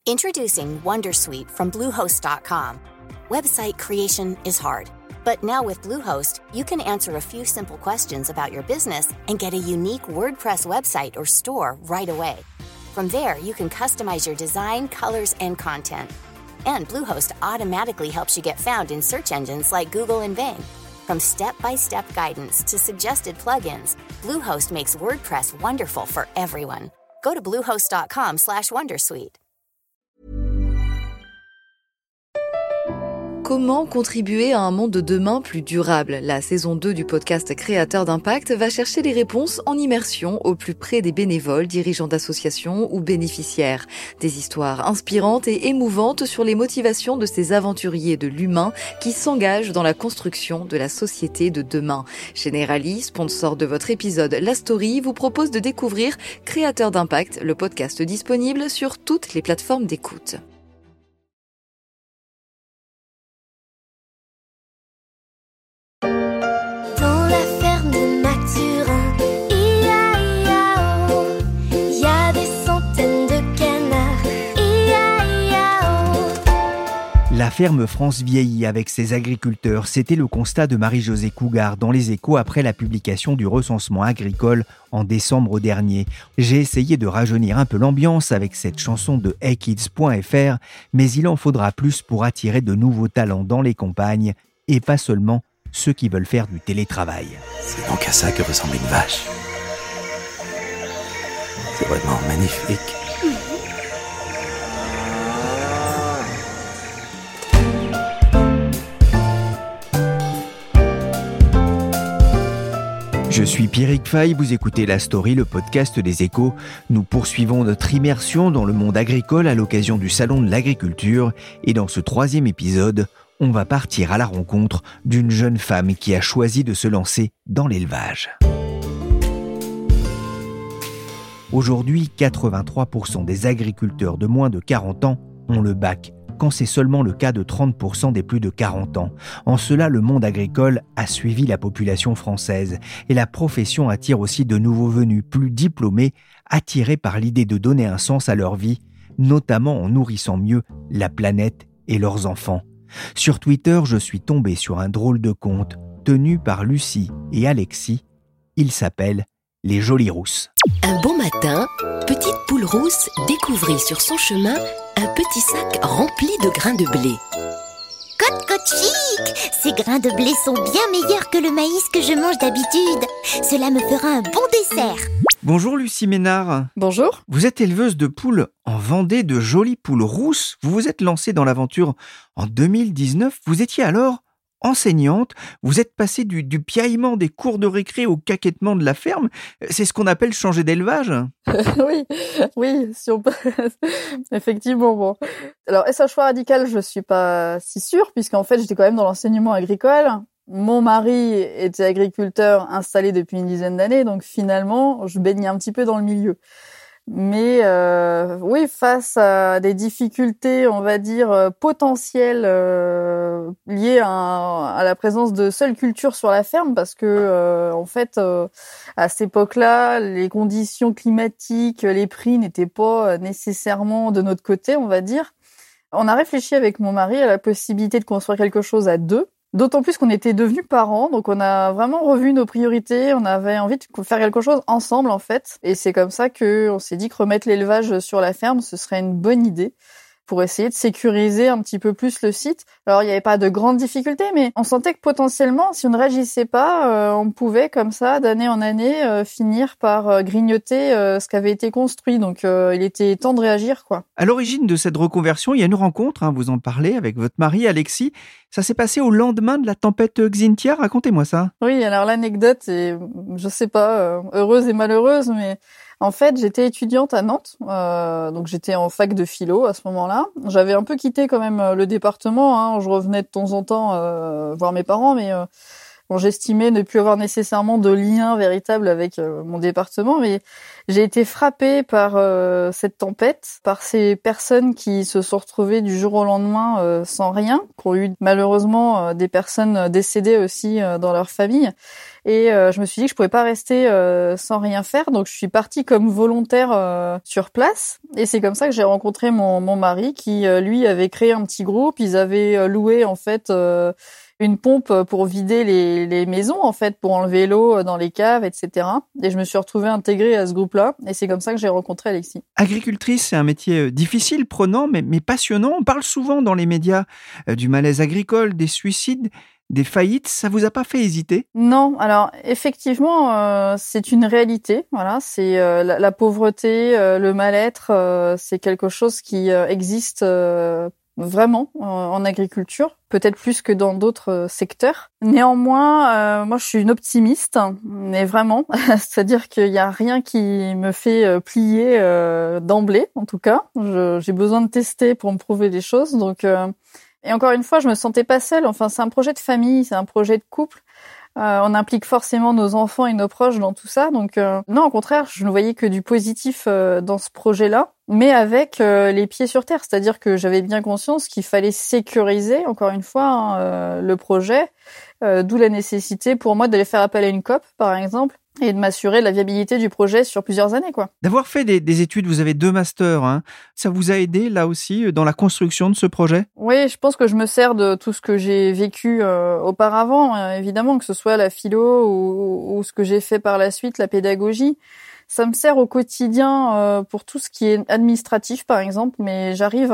Introducing Wondersuite from Bluehost.com. Website creation is hard, but now with Bluehost, you can answer a few simple questions about your business and get a unique WordPress website or store right away. From there, you can customize your design, colors, and content. And Bluehost automatically helps you get found in search engines like Google and Bing. From step-by-step guidance to suggested plugins, Bluehost makes WordPress wonderful for everyone. Go to bluehost.com/wondersuite. Comment contribuer à un monde de demain plus durable ? La saison 2 du podcast Créateurs d'impact va chercher les réponses en immersion au plus près des bénévoles, dirigeants d'associations ou bénéficiaires. Des histoires inspirantes et émouvantes sur les motivations de ces aventuriers de l'humain qui s'engagent dans la construction de la société de demain. Generali, sponsor de votre épisode La Story, vous propose de découvrir Créateurs d'impact, le podcast disponible sur toutes les plateformes d'écoute. La ferme France vieillit avec ses agriculteurs. C'était le constat de Marie-Josée Cougar dans Les Échos après la publication du recensement agricole en décembre dernier. J'ai essayé de rajeunir un peu l'ambiance avec cette chanson de heykids.fr, mais il en faudra plus pour attirer de nouveaux talents dans les campagnes et pas seulement ceux qui veulent faire du télétravail. C'est donc à ça que ressemble une vache. C'est vraiment magnifique. Je suis Pierrick Fay, vous écoutez La Story, le podcast des Échos. Nous poursuivons notre immersion dans le monde agricole à l'occasion du Salon de l'Agriculture. Et dans ce 3e épisode, on va partir à la rencontre d'une jeune femme qui a choisi de se lancer dans l'élevage. Aujourd'hui, 83% des agriculteurs de moins de 40 ans ont le bac, quand c'est seulement le cas de 30% des plus de 40 ans. En cela, le monde agricole a suivi la population française et la profession attire aussi de nouveaux venus, plus diplômés, attirés par l'idée de donner un sens à leur vie, notamment en nourrissant mieux la planète et leurs enfants. Sur Twitter, je suis tombé sur un drôle de compte tenu par Lucie et Alexis. Il s'appelle « Les Jolies Rousses ». Un beau matin, petite poule rousse découvrit sur son chemin un petit sac rempli de grains de blé. Cote, cote chic! Ces grains de blé sont bien meilleurs que le maïs que je mange d'habitude. Cela me fera un bon dessert. Bonjour Lucie Ménard. Bonjour. Vous êtes éleveuse de poules en Vendée, de jolies poules rousses. Vous vous êtes lancée dans l'aventure en 2019. Vous étiez alors enseignante. Vous êtes passée du piaillement des cours de récré au caquettement de la ferme. C'est ce qu'on appelle changer d'élevage. Oui, si on peut. Effectivement, bon. Alors, est-ce un choix radical? Je suis pas si sûre, puisqu'en fait, j'étais quand même dans l'enseignement agricole. Mon mari était agriculteur installé depuis une dizaine d'années, donc finalement, je baignais un petit peu dans le milieu. Mais oui, face à des difficultés, on va dire, potentielles liées à la présence de seules cultures sur la ferme, parce que en fait, à cette époque-là, les conditions climatiques, les prix n'étaient pas nécessairement de notre côté, on va dire. On a réfléchi avec mon mari à la possibilité de construire quelque chose à deux. D'autant plus qu'on était devenus parents, donc on a vraiment revu nos priorités, on avait envie de faire quelque chose ensemble en fait. Et c'est comme ça qu'on s'est dit que remettre l'élevage sur la ferme, ce serait une bonne idée pour essayer de sécuriser un petit peu plus le site. Alors il n'y avait pas de grandes difficultés, mais on sentait que potentiellement, si on ne réagissait pas, on pouvait comme ça, d'année en année, finir par grignoter ce qui avait été construit. Donc il était temps de réagir, quoi. À l'origine de cette reconversion, il y a une rencontre, vous en parlez, avec votre mari Alexis. Ça s'est passé au lendemain de la tempête Xynthia, racontez-moi ça. Oui, alors l'anecdote est, je sais pas, heureuse et malheureuse, mais en fait, j'étais étudiante à Nantes, donc j'étais en fac de philo à ce moment-là. J'avais un peu quitté quand même le département, je revenais de temps en temps voir mes parents, mais Bon, j'estimais ne plus avoir nécessairement de lien véritable avec mon département, mais j'ai été frappée par cette tempête, par ces personnes qui se sont retrouvées du jour au lendemain sans rien, qui ont eu malheureusement des personnes décédées aussi dans leur famille. Et je me suis dit que je pouvais pas rester sans rien faire, donc je suis partie comme volontaire sur place. Et c'est comme ça que j'ai rencontré mon mari, qui lui avait créé un petit groupe. Ils avaient loué en fait une pompe pour vider les maisons, en fait, pour enlever l'eau dans les caves, etc. Et je me suis retrouvée intégrée à ce groupe-là. Et c'est comme ça que j'ai rencontré Alexis. Agricultrice, c'est un métier difficile, prenant, mais passionnant. On parle souvent dans les médias du malaise agricole, des suicides, des faillites. Ça vous a pas fait hésiter ? Non, alors effectivement, c'est une réalité. Voilà, c'est la pauvreté, le mal-être, c'est quelque chose qui existe vraiment en agriculture, peut-être plus que dans d'autres secteurs. Néanmoins, moi je suis une optimiste, mais vraiment, c'est-à-dire qu'il y a rien qui me fait plier d'emblée, en tout cas. J'ai besoin de tester pour me prouver des choses, donc et encore une fois, je me sentais pas seule. Enfin, c'est un projet de famille, c'est un projet de couple. On implique forcément nos enfants et nos proches dans tout ça. Donc non, au contraire, je ne voyais que du positif dans ce projet-là, mais avec les pieds sur terre. C'est-à-dire que j'avais bien conscience qu'il fallait sécuriser, encore une fois, le projet, d'où la nécessité pour moi d'aller faire appel à une COP, par exemple, et de m'assurer de la viabilité du projet sur plusieurs années, quoi. D'avoir fait des études, vous avez 2 masters, hein. Ça vous a aidé, là aussi, dans la construction de ce projet ? Oui, je pense que je me sers de tout ce que j'ai vécu auparavant, évidemment, que ce soit la philo ou ce que j'ai fait par la suite, la pédagogie. Ça me sert au quotidien pour tout ce qui est administratif, par exemple, mais j'arrive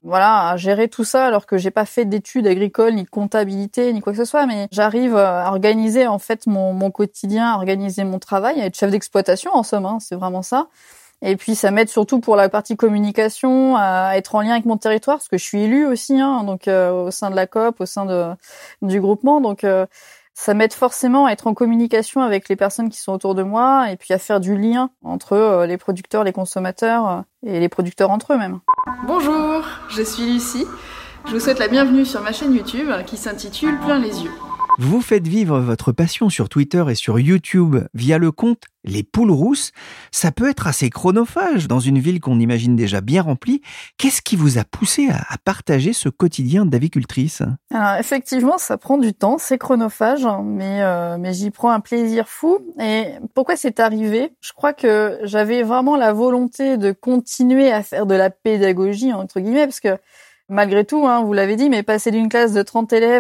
à gérer tout ça alors que j'ai pas fait d'études agricoles, ni de comptabilité, ni quoi que ce soit, mais j'arrive à organiser en fait mon quotidien, à organiser mon travail, à être chef d'exploitation en somme, hein, c'est vraiment ça. Et puis ça m'aide surtout pour la partie communication, à être en lien avec mon territoire, parce que je suis élue aussi, hein, donc au sein de la COP, au sein du groupement, donc ça m'aide forcément à être en communication avec les personnes qui sont autour de moi et puis à faire du lien entre les producteurs, les consommateurs et les producteurs entre eux même. Bonjour, je suis Lucie. Je vous souhaite la bienvenue sur ma chaîne YouTube qui s'intitule Plein les yeux. Vous faites vivre votre passion sur Twitter et sur YouTube via le compte Les Poules Rousses. Ça peut être assez chronophage dans une ville qu'on imagine déjà bien remplie. Qu'est-ce qui vous a poussé à partager ce quotidien d'avicultrice ? Alors effectivement, ça prend du temps, c'est chronophage, mais j'y prends un plaisir fou. Et pourquoi c'est arrivé ? Je crois que j'avais vraiment la volonté de continuer à faire de la pédagogie, entre guillemets, parce que malgré tout, hein, vous l'avez dit, mais passer d'une classe de 30 élèves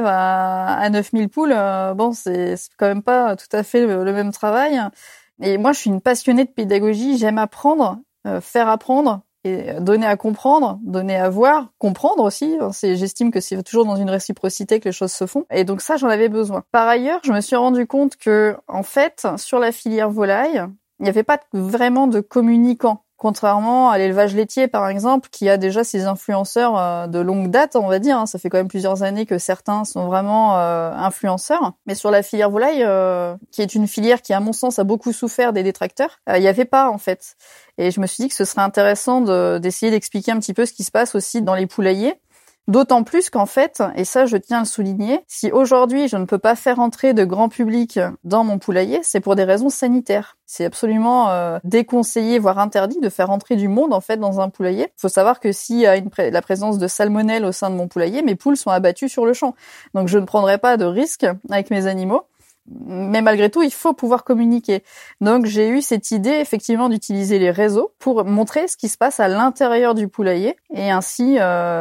à 9000 poules, bon, c'est quand même pas tout à fait le même travail. Et moi, je suis une passionnée de pédagogie, j'aime apprendre, faire apprendre, et donner à comprendre, donner à voir, comprendre aussi. J'estime que c'est toujours dans une réciprocité que les choses se font. Et donc ça, j'en avais besoin. Par ailleurs, je me suis rendu compte que, en fait, sur la filière volaille, il n'y avait pas vraiment de communicants. Contrairement à l'élevage laitier, par exemple, qui a déjà ses influenceurs de longue date, on va dire. Ça fait quand même plusieurs années que certains sont vraiment influenceurs. Mais sur la filière volaille, qui est une filière qui, à mon sens, a beaucoup souffert des détracteurs, il n'y avait pas, en fait. Et je me suis dit que ce serait intéressant d'essayer d'expliquer un petit peu ce qui se passe aussi dans les poulaillers. D'autant plus qu'en fait, et ça je tiens à le souligner, si aujourd'hui je ne peux pas faire entrer de grand public dans mon poulailler, c'est pour des raisons sanitaires. C'est absolument déconseillé, voire interdit de faire entrer du monde en fait dans un poulailler. Il faut savoir que s'il y a la présence de salmonelle au sein de mon poulailler, mes poules sont abattues sur le champ. Donc je ne prendrai pas de risque avec mes animaux. Mais malgré tout, il faut pouvoir communiquer. Donc, j'ai eu cette idée, effectivement, d'utiliser les réseaux pour montrer ce qui se passe à l'intérieur du poulailler et ainsi,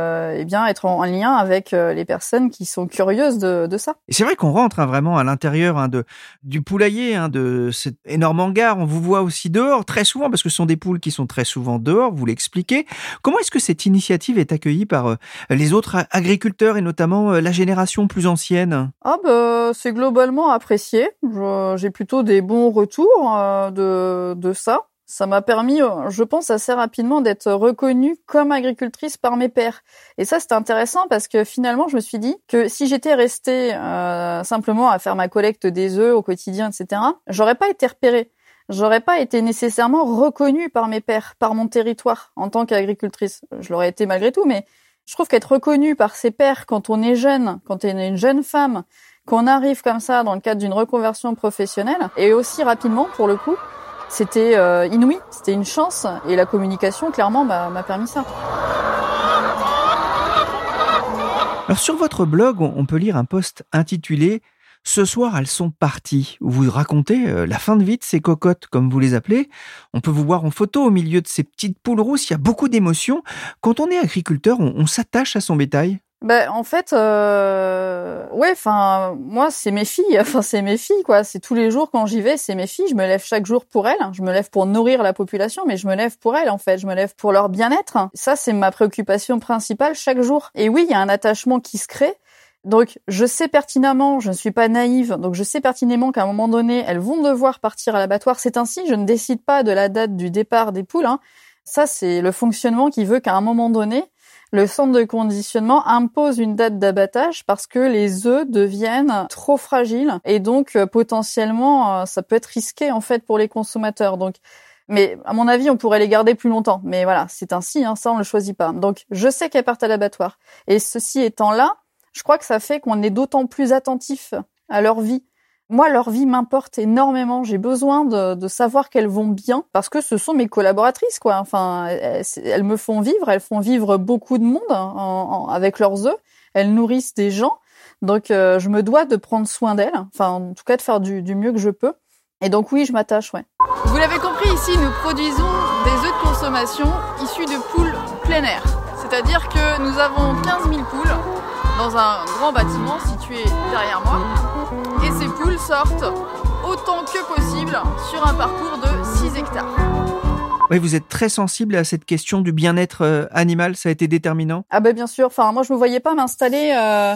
être en lien avec les personnes qui sont curieuses de ça. Et c'est vrai qu'on rentre vraiment à l'intérieur du poulailler, de cet énorme hangar. On vous voit aussi dehors très souvent parce que ce sont des poules qui sont très souvent dehors. Vous l'expliquez. Comment est-ce que cette initiative est accueillie par les autres agriculteurs et notamment la génération plus ancienne ? C'est globalement apprécié. J'ai plutôt des bons retours de ça. Ça m'a permis, je pense, assez rapidement d'être reconnue comme agricultrice par mes pairs. Et ça, c'était intéressant parce que finalement, je me suis dit que si j'étais restée simplement à faire ma collecte des œufs au quotidien, etc., j'aurais pas été repérée. J'aurais pas été nécessairement reconnue par mes pairs, par mon territoire en tant qu'agricultrice. Je l'aurais été malgré tout, mais je trouve qu'être reconnue par ses pairs quand on est jeune, quand on est une jeune femme, qu'on arrive comme ça dans le cadre d'une reconversion professionnelle, et aussi rapidement pour le coup, c'était inouï, c'était une chance, et la communication clairement m'a permis ça. Alors sur votre blog, on peut lire un post intitulé « Ce soir, elles sont parties » où vous racontez la fin de vie de ces cocottes, comme vous les appelez. On peut vous voir en photo au milieu de ces petites poules rousses, il y a beaucoup d'émotions. Quand on est agriculteur, on s'attache à son bétail. En fait, moi, c'est mes filles. Enfin, c'est mes filles, quoi. C'est tous les jours quand j'y vais, c'est mes filles. Je me lève chaque jour pour elles. Je me lève pour nourrir la population, mais je me lève pour elles, en fait. Je me lève pour leur bien-être. Ça, c'est ma préoccupation principale chaque jour. Et oui, il y a un attachement qui se crée. Donc, je sais pertinemment, je ne suis pas naïve, donc je sais pertinemment qu'à un moment donné, elles vont devoir partir à l'abattoir. C'est ainsi, je ne décide pas de la date du départ des poules. Ça, c'est le fonctionnement qui veut qu'à un moment donné, le centre de conditionnement impose une date d'abattage parce que les œufs deviennent trop fragiles et donc potentiellement ça peut être risqué en fait pour les consommateurs. Donc, mais à mon avis, on pourrait les garder plus longtemps. Mais voilà, c'est ainsi, ça on le choisit pas. Donc, je sais qu'elles partent à l'abattoir. Et ceci étant là, je crois que ça fait qu'on est d'autant plus attentif à leur vie. Moi, leur vie m'importe énormément. J'ai besoin de savoir qu'elles vont bien parce que ce sont mes collaboratrices, quoi. Enfin, elles me font vivre. Elles font vivre beaucoup de monde avec leurs œufs. Elles nourrissent des gens. Donc, je me dois de prendre soin d'elles. Enfin, en tout cas, de faire du mieux que je peux. Et donc, oui, je m'attache, ouais. Vous l'avez compris, ici, nous produisons des œufs de consommation issus de poules plein air. C'est-à-dire que nous avons 15 000 poules dans un grand bâtiment situé derrière moi. Et ces poules sortent autant que possible sur un parcours de 6 hectares. Oui, vous êtes très sensible à cette question du bien-être animal, ça a été déterminant ? Ah bien sûr, enfin moi je me voyais pas m'installer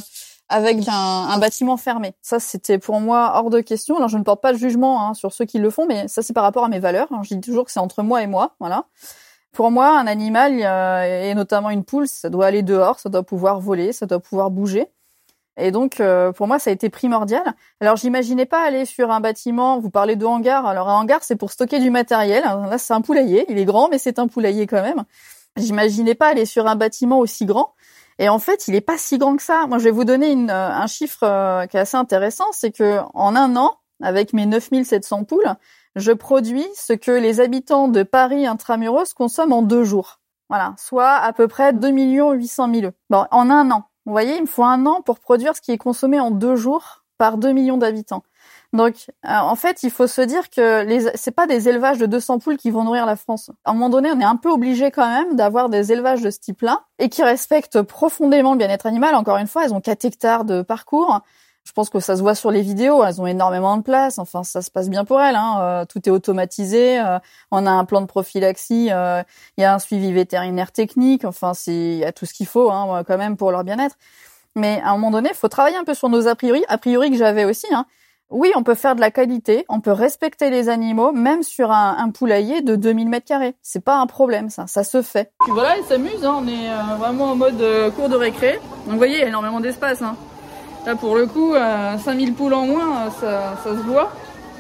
avec un bâtiment fermé. Ça c'était pour moi hors de question. Alors je ne porte pas de jugement sur ceux qui le font, mais ça c'est par rapport à mes valeurs. Je dis toujours que c'est entre moi et moi, voilà. Pour moi, un animal, et notamment une poule, ça doit aller dehors, ça doit pouvoir voler, ça doit pouvoir bouger. Et donc, pour moi, ça a été primordial. Alors, j'imaginais pas aller sur un bâtiment, vous parlez de hangar. Alors, un hangar, c'est pour stocker du matériel. Là, c'est un poulailler. Il est grand, mais c'est un poulailler quand même. J'imaginais pas aller sur un bâtiment aussi grand. Et en fait, il est pas si grand que ça. Moi, je vais vous donner un chiffre qui est assez intéressant. C'est que en un an, avec mes 9700 poules, je produis ce que les habitants de Paris intramuros consomment en 2 jours. Voilà, soit à peu près 2 800 000 œufs. Bon, en un an. Vous voyez, il me faut un an pour produire ce qui est consommé en 2 jours par 2 millions d'habitants. Donc, en fait, il faut se dire que c'est pas des élevages de 200 poules qui vont nourrir la France. À un moment donné, on est un peu obligé quand même d'avoir des élevages de ce type-là et qui respectent profondément le bien-être animal. Encore une fois, elles ont 4 hectares de parcours. Je pense que ça se voit sur les vidéos, elles ont énormément de place, enfin ça se passe bien pour elles, tout est automatisé, on a un plan de prophylaxie, il y a un suivi vétérinaire technique, enfin il y a tout ce qu'il faut quand même pour leur bien-être. Mais à un moment donné, il faut travailler un peu sur nos a priori que j'avais aussi. Oui, on peut faire de la qualité, on peut respecter les animaux, même sur un poulailler de 2000 m². C'est pas un problème, ça se fait. Puis voilà, elles s'amusent, on est vraiment en mode cours de récré. Donc vous voyez, il y a énormément d'espace. Là, pour le coup, 5000 poules en moins, ça se voit.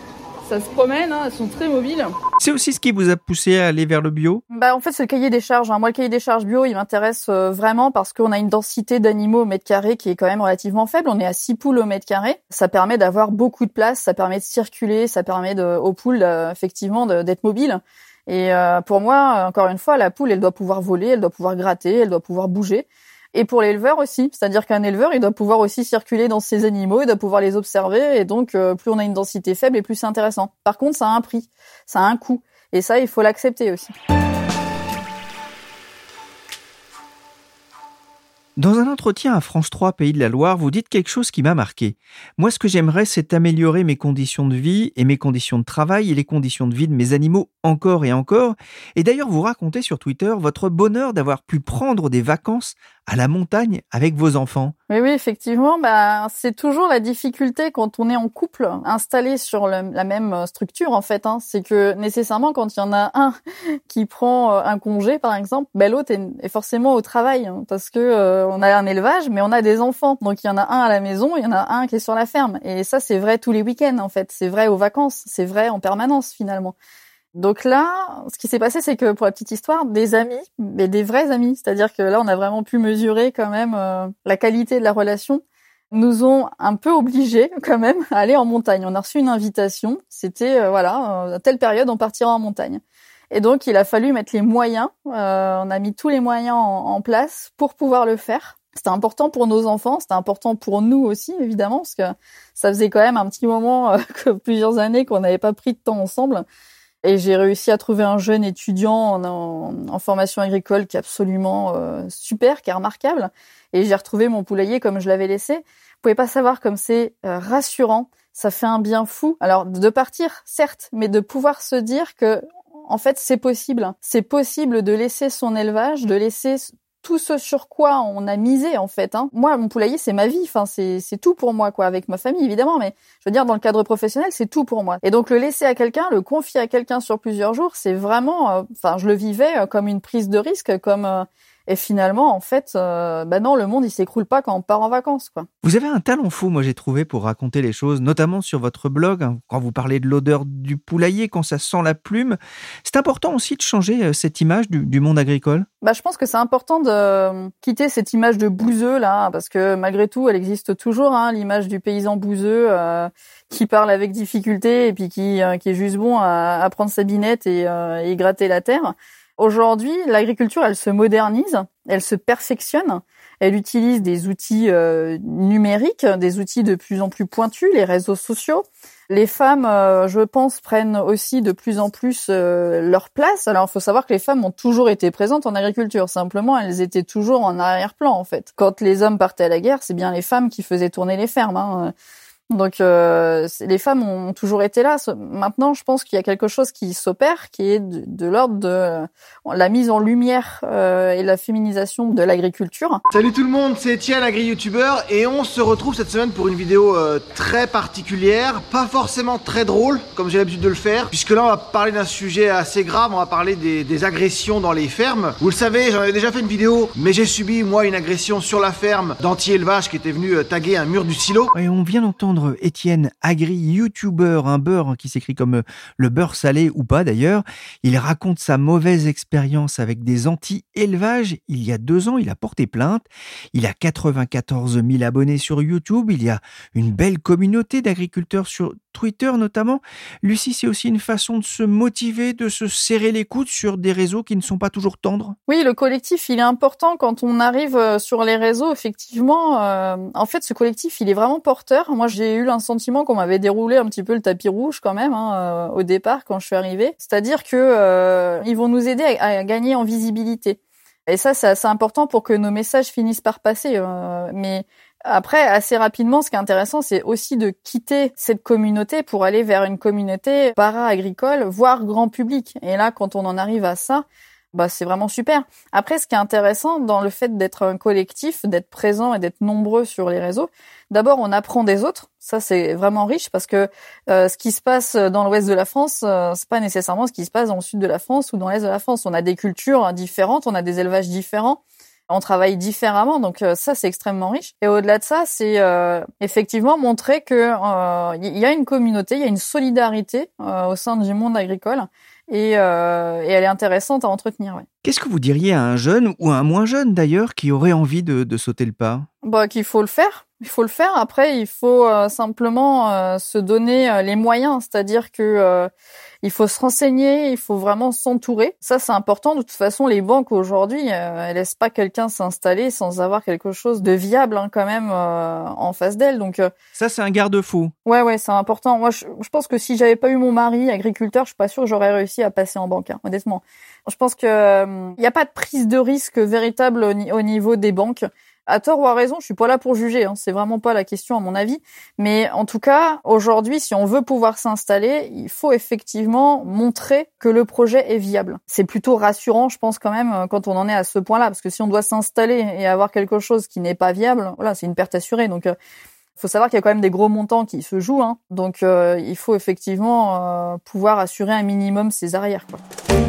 Ça se promène, elles sont très mobiles. C'est aussi ce qui vous a poussé à aller vers le bio ? En fait, c'est le cahier des charges. Moi, le cahier des charges bio, il m'intéresse vraiment parce qu'on a une densité d'animaux au mètre carré qui est quand même relativement faible. On est à 6 poules au mètre carré. Ça permet d'avoir beaucoup de place, ça permet de circuler, ça permet aux poules, effectivement, d'être mobiles. Et pour moi, encore une fois, la poule, elle doit pouvoir voler, elle doit pouvoir gratter, elle doit pouvoir bouger. Et pour l'éleveur aussi, c'est-à-dire qu'un éleveur, il doit pouvoir aussi circuler dans ses animaux, il doit pouvoir les observer, et donc plus on a une densité faible, et plus c'est intéressant. Par contre, ça a un prix, ça a un coût, et ça, il faut l'accepter aussi. Dans un entretien à France 3 Pays de la Loire, vous dites quelque chose qui m'a marqué. Moi, ce que j'aimerais, c'est améliorer mes conditions de vie et mes conditions de travail et les conditions de vie de mes animaux encore et encore. Et d'ailleurs, vous racontez sur Twitter votre bonheur d'avoir pu prendre des vacances à la montagne avec vos enfants. Oui, effectivement, c'est toujours la difficulté quand on est en couple, installé sur la même structure, en fait. C'est que nécessairement, quand il y en a un qui prend un congé, par exemple, l'autre est forcément au travail, parce que on a un élevage, mais on a des enfants. Donc il y en a un à la maison, il y en a un qui est sur la ferme. Et ça, c'est vrai tous les week-ends, en fait. C'est vrai aux vacances, c'est vrai en permanence, finalement. Donc là, ce qui s'est passé, c'est que pour la petite histoire, des amis, mais des vrais amis, c'est-à-dire que là, on a vraiment pu mesurer quand même la qualité de la relation. nous ont un peu obligés quand même à aller en montagne. On a reçu une invitation, c'était à telle période on partira en montagne. Et donc il a fallu mettre les moyens, on a mis tous les moyens en place pour pouvoir le faire. C'était important pour nos enfants, c'était important pour nous aussi évidemment, parce que ça faisait quand même un petit moment, plusieurs années qu'on n'avait pas pris de temps ensemble. Et j'ai réussi à trouver un jeune étudiant en formation agricole qui est absolument super, qui est remarquable. Et j'ai retrouvé mon poulailler comme je l'avais laissé. Vous pouvez pas savoir comme c'est rassurant, ça fait un bien fou. Alors de partir, certes, mais de pouvoir se dire que en fait c'est possible. C'est possible de laisser son élevage, de laisser tout ce sur quoi on a misé en fait. Moi, mon poulailler, c'est ma vie. Enfin, c'est tout pour moi, quoi, avec ma famille évidemment. Mais je veux dire, dans le cadre professionnel, c'est tout pour moi. Et donc, le laisser à quelqu'un, le confier à quelqu'un sur plusieurs jours, c'est vraiment. Je le vivais comme une prise de risque, comme. Et finalement, en fait, non, le monde, il s'écroule pas quand on part en vacances, quoi. Vous avez un talent fou, moi j'ai trouvé, pour raconter les choses, notamment sur votre blog, quand vous parlez de l'odeur du poulailler, quand ça sent la plume. C'est important aussi de changer cette image du monde agricole. Je pense que c'est important de quitter cette image de bouseux, là, parce que malgré tout, elle existe toujours, l'image du paysan bouseux qui parle avec difficulté et puis qui est juste bon à prendre sa binette et gratter la terre. Aujourd'hui, l'agriculture, elle se modernise, elle se perfectionne, elle utilise des outils numériques, des outils de plus en plus pointus, les réseaux sociaux. Les femmes, je pense, prennent aussi de plus en plus leur place. Alors, il faut savoir que les femmes ont toujours été présentes en agriculture. Simplement, elles étaient toujours en arrière-plan, en fait. Quand les hommes partaient à la guerre, c'est bien les femmes qui faisaient tourner les fermes, Donc les femmes ont toujours été là. Maintenant, je pense qu'il y a quelque chose qui s'opère, qui est de l'ordre de la mise en lumière et la féminisation de l'agriculture. Salut tout le monde, c'est Étienne, agri-youtubeur, et on se retrouve cette semaine pour une vidéo très particulière, pas forcément très drôle, comme j'ai l'habitude de le faire, puisque là on va parler d'un sujet assez grave, on va parler des agressions dans les fermes. Vous le savez, j'en avais déjà fait une vidéo, mais j'ai subi moi une agression sur la ferme d'anti-élevage qui était venu taguer un mur du silo. Et on vient d'entendre Étienne, agri-youtubeur, un beurre qui s'écrit comme le beurre salé ou pas d'ailleurs. Il raconte sa mauvaise expérience avec des anti-élevages. Il y a 2 ans, il a porté plainte. Il a 94 000 abonnés sur YouTube. Il y a une belle communauté d'agriculteurs sur Twitter notamment. Lucie, c'est aussi une façon de se motiver, de se serrer les coudes sur des réseaux qui ne sont pas toujours tendres. Oui, le collectif, il est important quand on arrive sur les réseaux, effectivement. En fait, ce collectif, il est vraiment porteur. Moi, j'ai eu un sentiment qu'on m'avait déroulé un petit peu le tapis rouge quand même au départ quand je suis arrivée. C'est-à-dire que ils vont nous aider à gagner en visibilité. Et ça, c'est assez important pour que nos messages finissent par passer. Mais après, assez rapidement, ce qui est intéressant, c'est aussi de quitter cette communauté pour aller vers une communauté para-agricole, voire grand public. Et là, quand on en arrive à ça, c'est vraiment super. Après, ce qui est intéressant dans le fait d'être un collectif, d'être présent et d'être nombreux sur les réseaux, d'abord, on apprend des autres. Ça, c'est vraiment riche parce que ce qui se passe dans l'ouest de la France, c'est pas nécessairement ce qui se passe dans le sud de la France ou dans l'est de la France. On a des cultures différentes, on a des élevages différents. On travaille différemment, donc ça c'est extrêmement riche. Et au-delà de ça, c'est effectivement montrer que il y a une communauté, il y a une solidarité au sein du monde agricole et elle est intéressante à entretenir. Ouais. Qu'est-ce que vous diriez à un jeune ou à un moins jeune d'ailleurs qui aurait envie de sauter le pas ? Qu'il faut le faire. Il faut le faire. Après, il faut simplement se donner les moyens, c'est-à-dire que il faut se renseigner, il faut vraiment s'entourer. Ça, c'est important. De toute façon, les banques aujourd'hui, elles laissent pas quelqu'un s'installer sans avoir quelque chose de viable quand même en face d'elle. Donc ça, c'est un garde-fou. Ouais, c'est important. Moi, je pense que si j'avais pas eu mon mari agriculteur, je suis pas sûre que j'aurais réussi à passer en banque, honnêtement. Je pense que y a pas de prise de risque véritable au niveau des banques. À tort ou à raison, je suis pas là pour juger, c'est vraiment pas la question à mon avis. Mais en tout cas, aujourd'hui, si on veut pouvoir s'installer, il faut effectivement montrer que le projet est viable. C'est plutôt rassurant, je pense quand même, quand on en est à ce point-là, parce que si on doit s'installer et avoir quelque chose qui n'est pas viable, voilà, c'est une perte assurée. Donc, faut savoir qu'il y a quand même des gros montants qui se jouent, donc il faut effectivement pouvoir assurer un minimum ses arrières, quoi.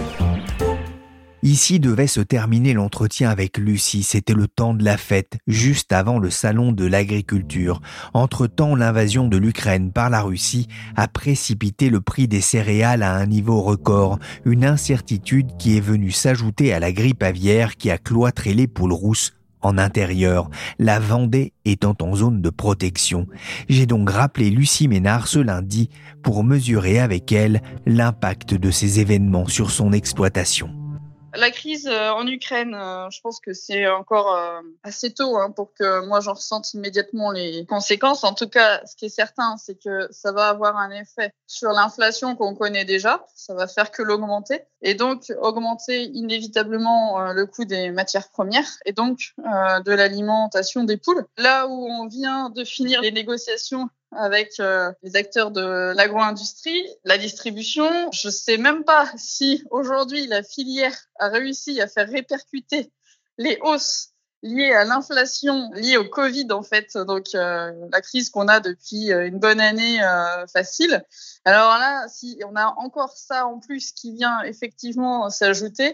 Ici devait se terminer l'entretien avec Lucie. C'était le temps de la fête, juste avant le salon de l'agriculture. Entre-temps, l'invasion de l'Ukraine par la Russie a précipité le prix des céréales à un niveau record. Une incertitude qui est venue s'ajouter à la grippe aviaire qui a cloîtré les poules rousses en intérieur, la Vendée étant en zone de protection. J'ai donc rappelé Lucie Ménard ce lundi pour mesurer avec elle l'impact de ces événements sur son exploitation. La crise en Ukraine, je pense que c'est encore assez tôt pour que moi j'en ressente immédiatement les conséquences. En tout cas, ce qui est certain, c'est que ça va avoir un effet sur l'inflation qu'on connaît déjà. Ça va faire que l'augmenter et donc augmenter inévitablement le coût des matières premières et donc de l'alimentation des poules. Là où on vient de finir les négociations avec les acteurs de l'agro-industrie, la distribution. Je sais même pas si aujourd'hui la filière a réussi à faire répercuter les hausses liées à l'inflation, liées au Covid en fait, donc la crise qu'on a depuis une bonne année facile. Alors là, si on a encore ça en plus qui vient effectivement s'ajouter,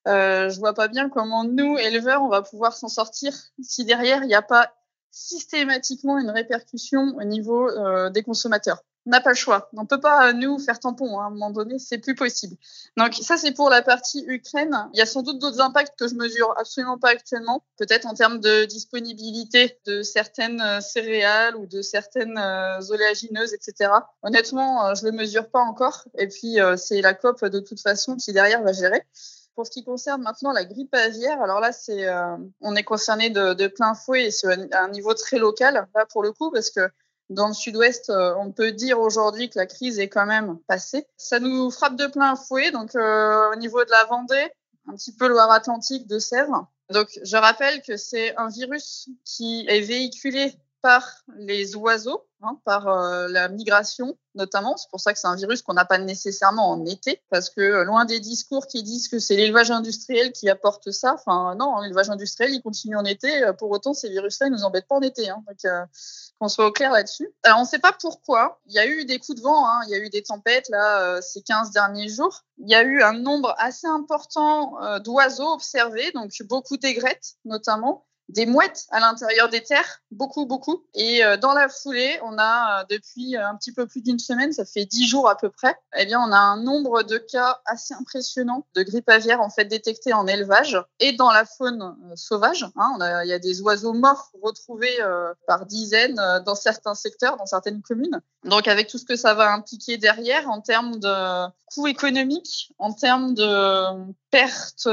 je vois pas bien comment nous, éleveurs, on va pouvoir s'en sortir si derrière il n'y a pas systématiquement une répercussion au niveau des consommateurs. On n'a pas le choix. On ne peut pas, nous, faire tampon. À un moment donné, c'est plus possible. Donc ça, c'est pour la partie Ukraine. Il y a sans doute d'autres impacts que je mesure absolument pas actuellement. Peut-être en termes de disponibilité de certaines céréales ou de certaines oléagineuses, etc. Honnêtement, je le mesure pas encore. Et puis, c'est la COP, de toute façon, qui derrière va gérer. Pour ce qui concerne maintenant la grippe aviaire, alors là, on est concerné de plein fouet et c'est à un niveau très local, là, pour le coup, parce que dans le sud-ouest, on peut dire aujourd'hui que la crise est quand même passée. Ça nous frappe de plein fouet, donc au niveau de la Vendée, un petit peu Loire-Atlantique, de Sèvres. Donc, je rappelle que c'est un virus qui est véhiculé par les oiseaux, par la migration notamment. C'est pour ça que c'est un virus qu'on n'a pas nécessairement en été, parce que loin des discours qui disent que c'est l'élevage industriel qui apporte ça, enfin non, l'élevage industriel il continue en été, pour autant ces virus-là ils nous embêtent pas en été, donc qu'on soit au clair là-dessus. Alors on ne sait pas pourquoi, il y a eu des coups de vent, il y a eu des tempêtes là ces 15 derniers jours, il y a eu un nombre assez important d'oiseaux observés, donc beaucoup d'aigrettes notamment, des mouettes à l'intérieur des terres, beaucoup. Et dans la foulée, on a depuis un petit peu plus d'une semaine, ça fait 10 jours à peu près, on a un nombre de cas assez impressionnant de grippe aviaire en fait détectés en élevage et dans la faune sauvage. Il y a des oiseaux morts retrouvés par dizaines dans certains secteurs, dans certaines communes. Donc avec tout ce que ça va impliquer derrière en termes de coûts économiques, en termes de pertes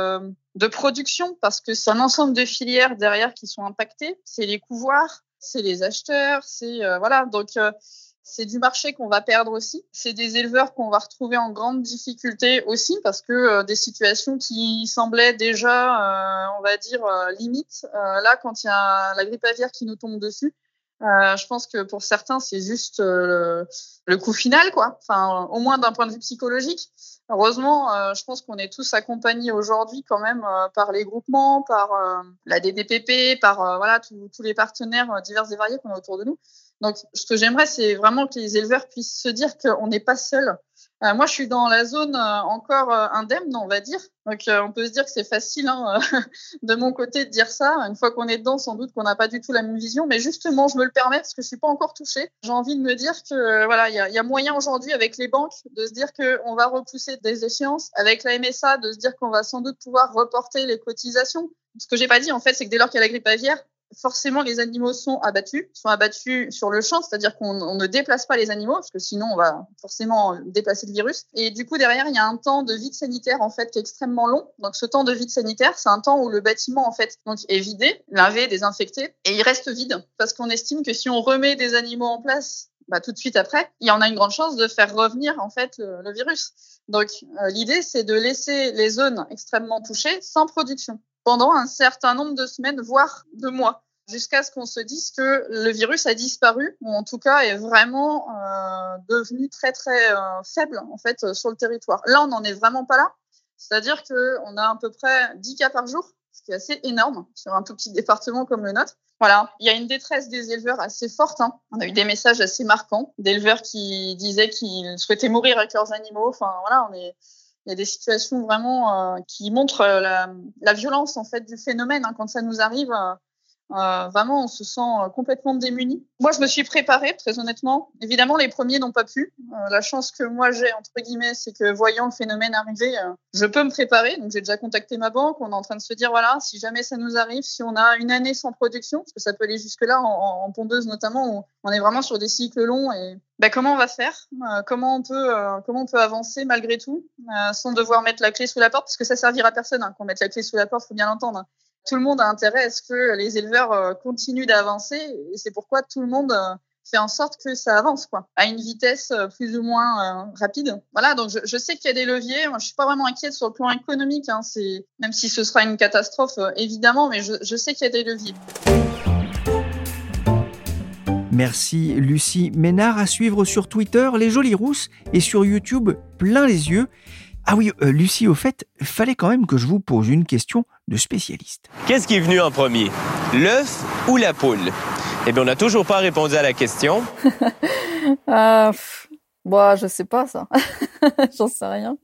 de production, parce que c'est un ensemble de filières derrière qui sont impactées. C'est les couvoirs, c'est les acheteurs, donc c'est du marché qu'on va perdre aussi. C'est des éleveurs qu'on va retrouver en grande difficulté aussi, parce que des situations qui semblaient déjà, on va dire, limite. Là, quand il y a la grippe aviaire qui nous tombe dessus, je pense que pour certains, c'est juste le coup final, quoi. Enfin, au moins d'un point de vue psychologique. Heureusement, je pense qu'on est tous accompagnés aujourd'hui quand même par les groupements, par la DDPP, par tous les partenaires divers et variés qu'on a autour de nous. Donc, ce que j'aimerais, c'est vraiment que les éleveurs puissent se dire qu'on n'est pas seuls. Moi, je suis dans la zone encore indemne, on va dire. Donc, on peut se dire que c'est facile de mon côté de dire ça. Une fois qu'on est dedans, sans doute qu'on n'a pas du tout la même vision. Mais justement, je me le permets parce que je suis pas encore touchée. J'ai envie de me dire que il y a moyen aujourd'hui avec les banques de se dire qu'on va repousser des échéances. Avec la MSA, de se dire qu'on va sans doute pouvoir reporter les cotisations. Ce que j'ai pas dit, en fait, c'est que dès lors qu'il y a la grippe aviaire, forcément, les animaux sont abattus sur le champ, c'est-à-dire qu'on ne déplace pas les animaux, parce que sinon, on va forcément déplacer le virus. Et du coup, derrière, il y a un temps de vide sanitaire, en fait, qui est extrêmement long. Donc, ce temps de vide sanitaire, c'est un temps où le bâtiment, en fait, donc, est vidé, lavé, désinfecté, et il reste vide. Parce qu'on estime que si on remet des animaux en place, tout de suite après, il y en a une grande chance de faire revenir, en fait, le virus. Donc, l'idée, c'est de laisser les zones extrêmement touchées sans production pendant un certain nombre de semaines, voire de mois, jusqu'à ce qu'on se dise que le virus a disparu, ou en tout cas est vraiment devenu très très faible en fait sur le territoire. Là, on n'en est vraiment pas là. C'est-à-dire qu'on a à peu près 10 cas par jour, ce qui est assez énorme sur un tout petit département comme le nôtre. Voilà, il y a une détresse des éleveurs assez forte. On a eu des messages assez marquants d'éleveurs qui disaient qu'ils souhaitaient mourir avec leurs animaux. Enfin voilà, il y a des situations vraiment qui montrent la violence en fait du phénomène quand ça nous arrive. Vraiment, on se sent complètement démunis. Moi, je me suis préparée, très honnêtement. Évidemment, les premiers n'ont pas pu. La chance que moi j'ai, entre guillemets, c'est que voyant le phénomène arriver, je peux me préparer. Donc, j'ai déjà contacté ma banque. On est en train de se dire, voilà, si jamais ça nous arrive, si on a une année sans production, parce que ça peut aller jusque-là, en pondeuse notamment, où on est vraiment sur des cycles longs. Et comment on va faire ? Comment on peut avancer malgré tout, sans devoir mettre la clé sous la porte ? Parce que ça servira à personne qu'on mette la clé sous la porte, faut bien l'entendre. Tout le monde a intérêt à ce que les éleveurs continuent d'avancer, et c'est pourquoi tout le monde fait en sorte que ça avance, à une vitesse plus ou moins rapide. Voilà, donc je sais qu'il y a des leviers. Moi, je suis pas vraiment inquiète sur le plan économique, même si ce sera une catastrophe, évidemment, mais je sais qu'il y a des leviers. Merci Lucie Ménard. À suivre sur Twitter, Les Jolies Rousses, et sur YouTube, Plein les yeux. Ah oui, Lucie, au fait, fallait quand même que je vous pose une question de spécialiste. Qu'est-ce qui est venu en premier, l'œuf ou la poule? Eh bien, on n'a toujours pas répondu à la question. Je sais pas ça. J'en sais rien.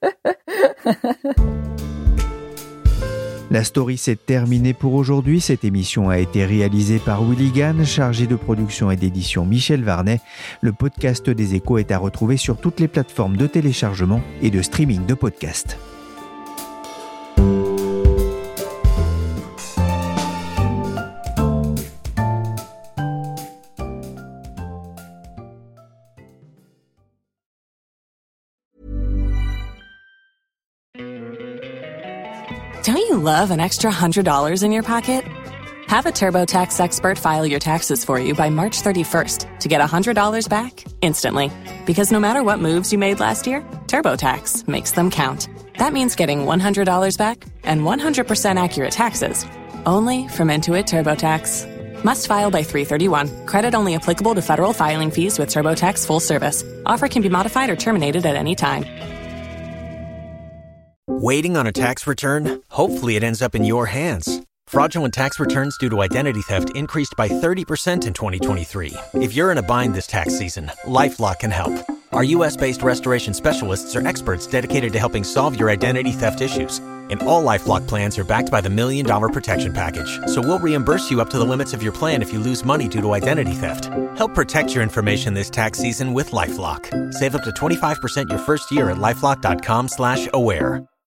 La story s'est terminée pour aujourd'hui. Cette émission a été réalisée par Willy Gann, chargé de production et d'édition Michel Varnet. Le podcast des Échos est à retrouver sur toutes les plateformes de téléchargement et de streaming de podcasts. Don't you love an extra $100 in your pocket? Have a TurboTax expert file your taxes for you by March 31st to get $100 back instantly. Because no matter what moves you made last year, TurboTax makes them count. That means getting $100 back and 100% accurate taxes, only from Intuit TurboTax. Must file by 3/31. Credit only applicable to federal filing fees with TurboTax full service. Offer can be modified or terminated at any time. Waiting on a tax return? Hopefully it ends up in your hands. Fraudulent tax returns due to identity theft increased by 30% in 2023. If you're in a bind this tax season, LifeLock can help. Our U.S.-based restoration specialists are experts dedicated to helping solve your identity theft issues. And all LifeLock plans are backed by the $1 Million Protection Package. So we'll reimburse you up to the limits of your plan if you lose money due to identity theft. Help protect your information this tax season with LifeLock. Save up to 25% your first year at LifeLock.com/aware.